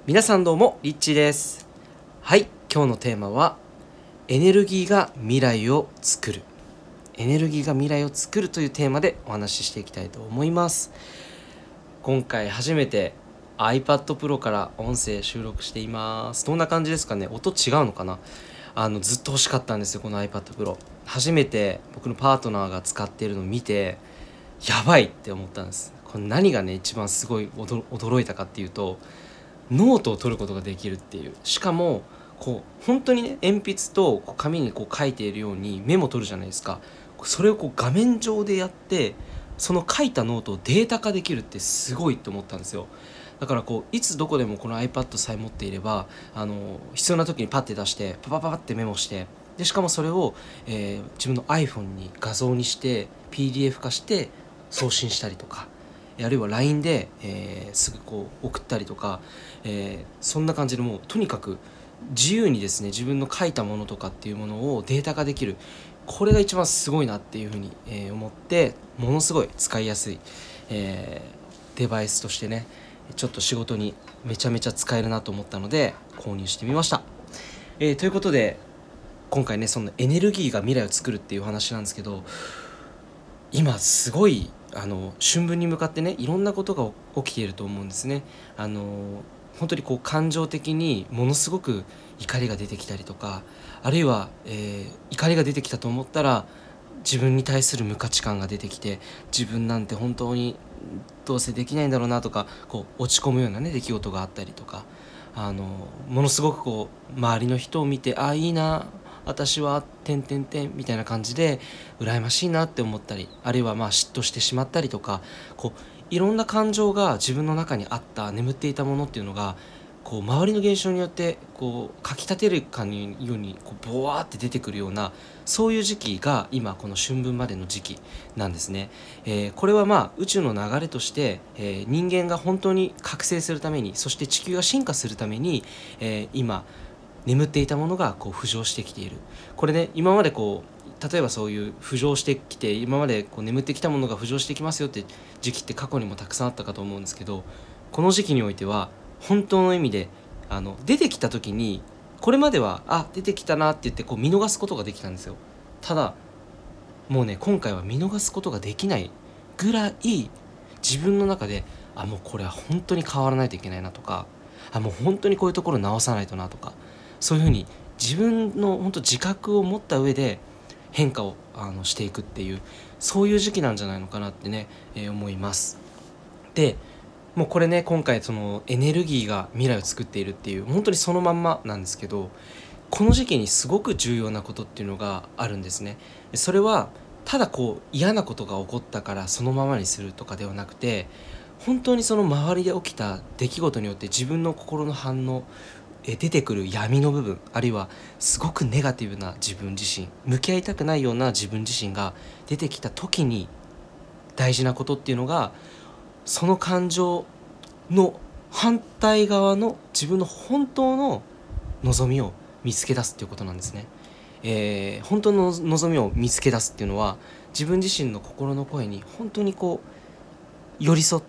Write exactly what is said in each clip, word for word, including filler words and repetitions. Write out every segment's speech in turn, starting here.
皆さんどうもリッチーです。はい、今日のテーマはエネルギーが未来を作るエネルギーが未来を作るというテーマでお話ししていきたいと思います。今回初めて iPad Pro から音声収録しています。どんな感じですかね。音違うのかな。あのずっと欲しかったんですよ、この iPad Pro。初めて僕のパートナーが使っているのを見てやばいって思ったんです。これ何がね一番すごい驚いたかっていうと、ノートを取ることができるっていう。しかもこう本当にね、鉛筆とこう紙にこう書いているようにメモ取るじゃないですか。それをこう画面上でやって、その書いたノートをデータ化できるってすごいって思ったんですよ。だからこういつどこでもこの iPad さえ持っていれば、あの必要な時にパッて出してパパパパってメモして、でしかもそれを、えー自分の iPhone に画像にして ピーディーエフ 化して送信したりとか、あるいは ライン で、えーすぐこう送ったりとか、えーそんな感じでもうとにかく自由にですね、自分の書いたものとかっていうものをデータ化できる。これが一番すごいなっていうふうに、えー思って、ものすごい使いやすい、えーデバイスとしてね、ちょっと仕事にめちゃめちゃ使えるなと思ったので購入してみました。えーということで今回ね、そのエネルギーが未来を作るっていう話なんですけど、今すごいあの春分に向かってね、いろんなことが起きていると思うんですね。あの本当にこう感情的にものすごく怒りが出てきたりとか、あるいは、えー怒りが出てきたと思ったら自分に対する無価値観が出てきて、自分なんて本当にどうせできないんだろうなとか、こう落ち込むようなね出来事があったりとか、あのものすごくこう周りの人を見て、ああいいな私はてんてんてんみたいな感じで羨ましいなって思ったり、あるいはまあ嫉妬してしまったりとか、こういろんな感情が自分の中にあった、眠っていたものっていうのがこう周りの現象によってこうかきたてるかのようにこうボワーって出てくるような、そういう時期が今この春分までの時期なんですね。えーこれはまあ宇宙の流れとして、えー人間が本当に覚醒するために、そして地球が進化するために、えー今眠っていたものがこう浮上してきている。これね、今までこう例えばそういう浮上してきて、今までこう眠ってきたものが浮上してきますよって時期って過去にもたくさんあったかと思うんですけど、この時期においては本当の意味であの出てきた時に、これまではあ出てきたなって言ってこう見逃すことができたんですよ。ただもうね、今回は見逃すことができないぐらい自分の中で、あもうこれは本当に変わらないといけないなとか、あもう本当にこういうところ直さないとなとか、そういうふうに自分の本当自覚を持った上で変化をあのしていくっていう、そういう時期なんじゃないのかなってね、えー思います。でもうこれね、今回そのエネルギーが未来を作っているっていう、本当にそのまんまなんですけど、この時期にすごく重要なことっていうのがあるんですね。それはただこう嫌なことが起こったからそのままにするとかではなくて、本当にその周りで起きた出来事によって自分の心の反応、え出てくる闇の部分、あるいはすごくネガティブな自分自身、向き合いたくないような自分自身が出てきた時に大事なことっていうのが、その感情の反対側の自分の本当の望みを見つけ出すっていうことなんですね。えー本当の望みを見つけ出すっていうのは、自分自身の心の声に本当にこう寄り添って、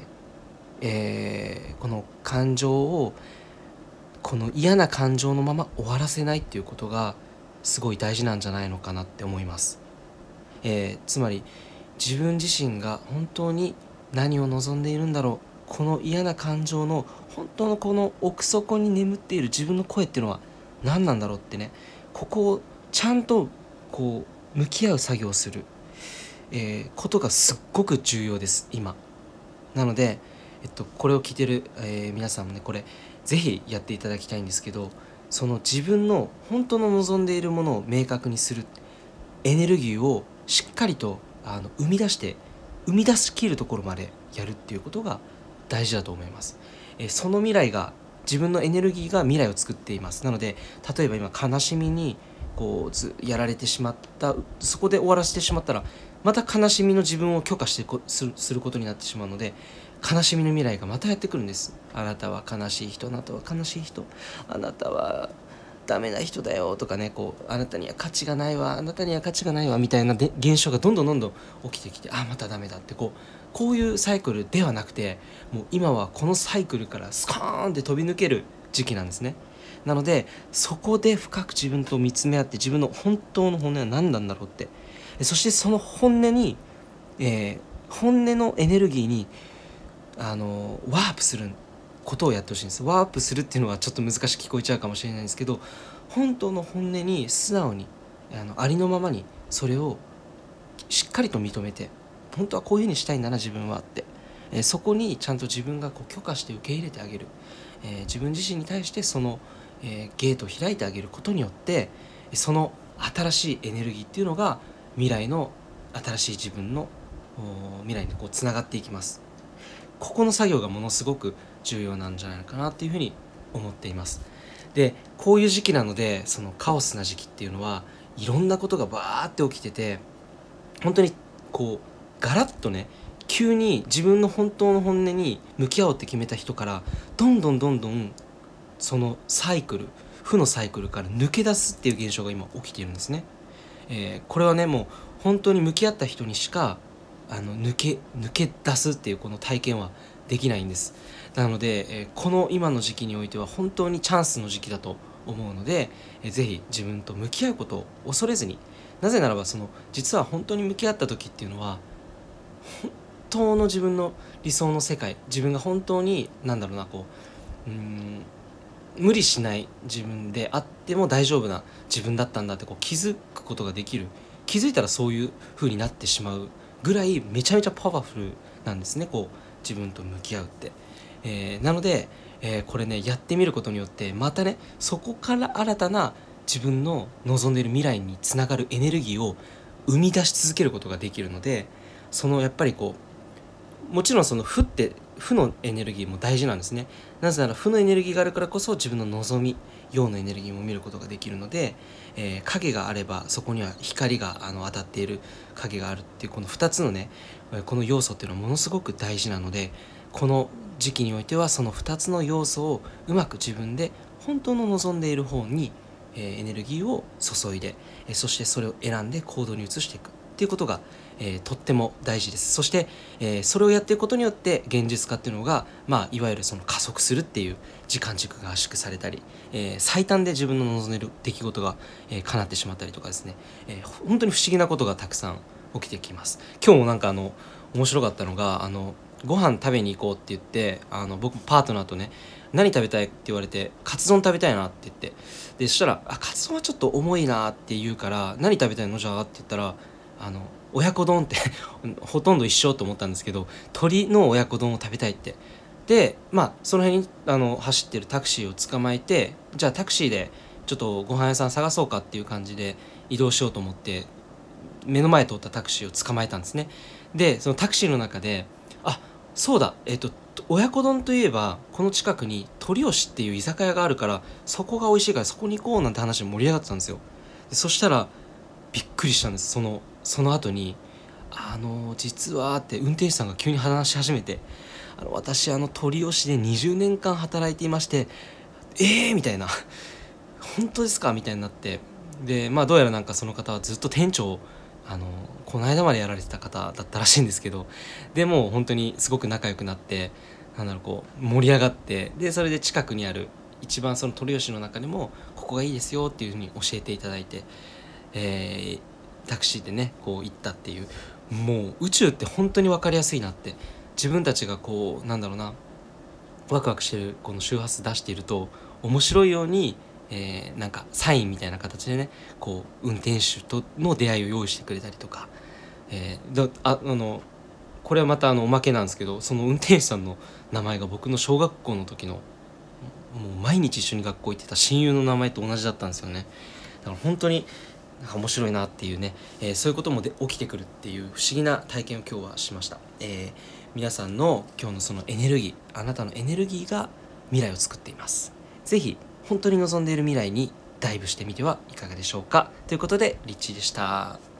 えーこの感情を、この嫌な感情のまま終わらせないっていうことがすごい大事なんじゃないのかなって思います。えーつまり自分自身が本当に何を望んでいるんだろう、この嫌な感情の本当のこの奥底に眠っている自分の声っていうのは何なんだろうってね、ここをちゃんとこう向き合う作業をする、えーことがすっごく重要です今。なので、えっと、これを聞いてる、えー皆さんもね、これぜひやっていただきたいんですけど、その自分の本当の望んでいるものを明確にする、エネルギーをしっかりとあの生み出して生み出しきるところまでやるっていうことが大事だと思います。えーその未来が、自分のエネルギーが未来を作っています。なので例えば今悲しみにこうずやられてしまった、そこで終わらせてしまったら、また悲しみの自分を許可してこするすることになってしまうので、悲しみの未来がまたやってくるんです。あなたは悲しい人、あなたは悲しい人、あなたはダメな人だよとかね、こうあなたには価値がないわ、あなたには価値がないわみたいなで現象がどんどんどんどん起きてきて、あまたダメだってここういうサイクルではなくて、もう今はこのサイクルからスコーンって飛び抜ける時期なんですね。なのでそこで深く自分と見つめ合って、自分の本当の本音は何なんだろうって、そしてその本音に、えー本音のエネルギーにあのワープすることをやってほしいんです。ワープするっていうのはちょっと難しく聞こえちゃうかもしれないんですけど、本当の本音に素直に、あのありのままにそれをしっかりと認めて、本当はこういうふうにしたいんだな自分はって、えーそこにちゃんと自分がこう許可して受け入れてあげる、えー自分自身に対してその、えーゲートを開いてあげることによって、その新しいエネルギーっていうのが未来の新しい自分のお未来にこうつながっていきます。ここの作業がものすごく重要なんじゃないのかなっていうふうに思っています。でこういう時期なので、そのカオスな時期っていうのはいろんなことがバーって起きてて、本当にこうガラッとね、急に自分の本当の本音に向き合おうって決めた人からどんどんどんどんそのサイクル負のサイクルから抜け出すっていう現象が今起きているんですね。えーこれはね、もう本当に向き合った人にしかあの抜け抜け出すっていうこの体験はできないんです。なので、えーこの今の時期においては本当にチャンスの時期だと思うので、えーぜひ自分と向き合うことを恐れずに、なぜならばその実は本当に向き合った時っていうのは本当の自分の理想の世界、自分が本当になんだろうな、こううーん無理しない自分であっても大丈夫な自分だったんだってこう気づくことができる、気づいたらそういう風になってしまうぐらいめちゃめちゃパワフルなんですね、こう自分と向き合うって、えーなので、えーこれねやってみることによってまたね、そこから新たな自分の望んでいる未来につながるエネルギーを生み出し続けることができるので、そのやっぱりこうもちろんその負って負のエネルギーも大事なんですね。なぜなら負のエネルギーがあるからこそ自分の望み陽のエネルギーも見ることができるので、えー影があればそこには光があの当たっている、影があるっていうこのふたつのね、えーこの要素っていうのはものすごく大事なので、この時期においてはそのふたつの要素をうまく自分で本当の望んでいる方に、えーエネルギーを注いで、えーそしてそれを選んで行動に移していくっていうことが、えーとっても大事です。そして、えーそれをやっていくことによって現実化っていうのが、まあ、いわゆるその加速するっていう時間軸が圧縮されたり、えー最短で自分の望んでいる出来事が、えー叶ってしまったりとかですね、えー本当に不思議なことがたくさん起きてきます。今日もなんかあの面白かったのが、あのご飯食べに行こうって言って、あの僕パートナーとね、何食べたいって言われて、カツ丼食べたいなって言って、でそしたらあカツ丼はちょっと重いなって言うから、何食べたいのじゃあって言ったら、あの親子丼ってほとんど一緒と思ったんですけど、鶏の親子丼を食べたいって。でまあその辺にあの走ってるタクシーを捕まえて、じゃあタクシーでちょっとご飯屋さん探そうかっていう感じで移動しようと思って、目の前通ったタクシーを捕まえたんですね。でそのタクシーの中で、あそうだ、えっと親子丼といえばこの近くに鳥吉っていう居酒屋があるから、そこが美味しいからそこに行こうなんて話で盛り上がってたんですよ。でそしたらびっくりしたんです。そのその後にあの実はって運転手さんが急に話し始めて、あの私あの鳥吉でにじゅうねんかん働いていまして、えーみたいな、本当ですかみたいになって、でまあどうやらなんかその方はずっと店長をあのこの間までやられてた方だったらしいんですけど、でもう本当にすごく仲良くなって、なんだろう、こう盛り上がって、でそれで近くにある一番その鳥吉の中でもここがいいですよっていうふうに教えていただいて、えータクシーでねこう行ったっていう、もう宇宙って本当に分かりやすいなって、自分たちがこうなんだろうな、ワクワクしてるこの周波数出していると面白いように、えーなんかサインみたいな形でね、こう運転手との出会いを用意してくれたりとか、えーだああのこれはまたあのおまけなんですけど、その運転手さんの名前が僕の小学校の時のもう毎日一緒に学校行ってた親友の名前と同じだったんですよね。だから本当になんか面白いなっていうね、えーそういうこともで起きてくるっていう不思議な体験を今日はしました。えー皆さんの今日のそのエネルギー、あなたのエネルギーが未来を作っています。ぜひ本当に望んでいる未来にダイブしてみてはいかがでしょうか。ということでリッチーでした。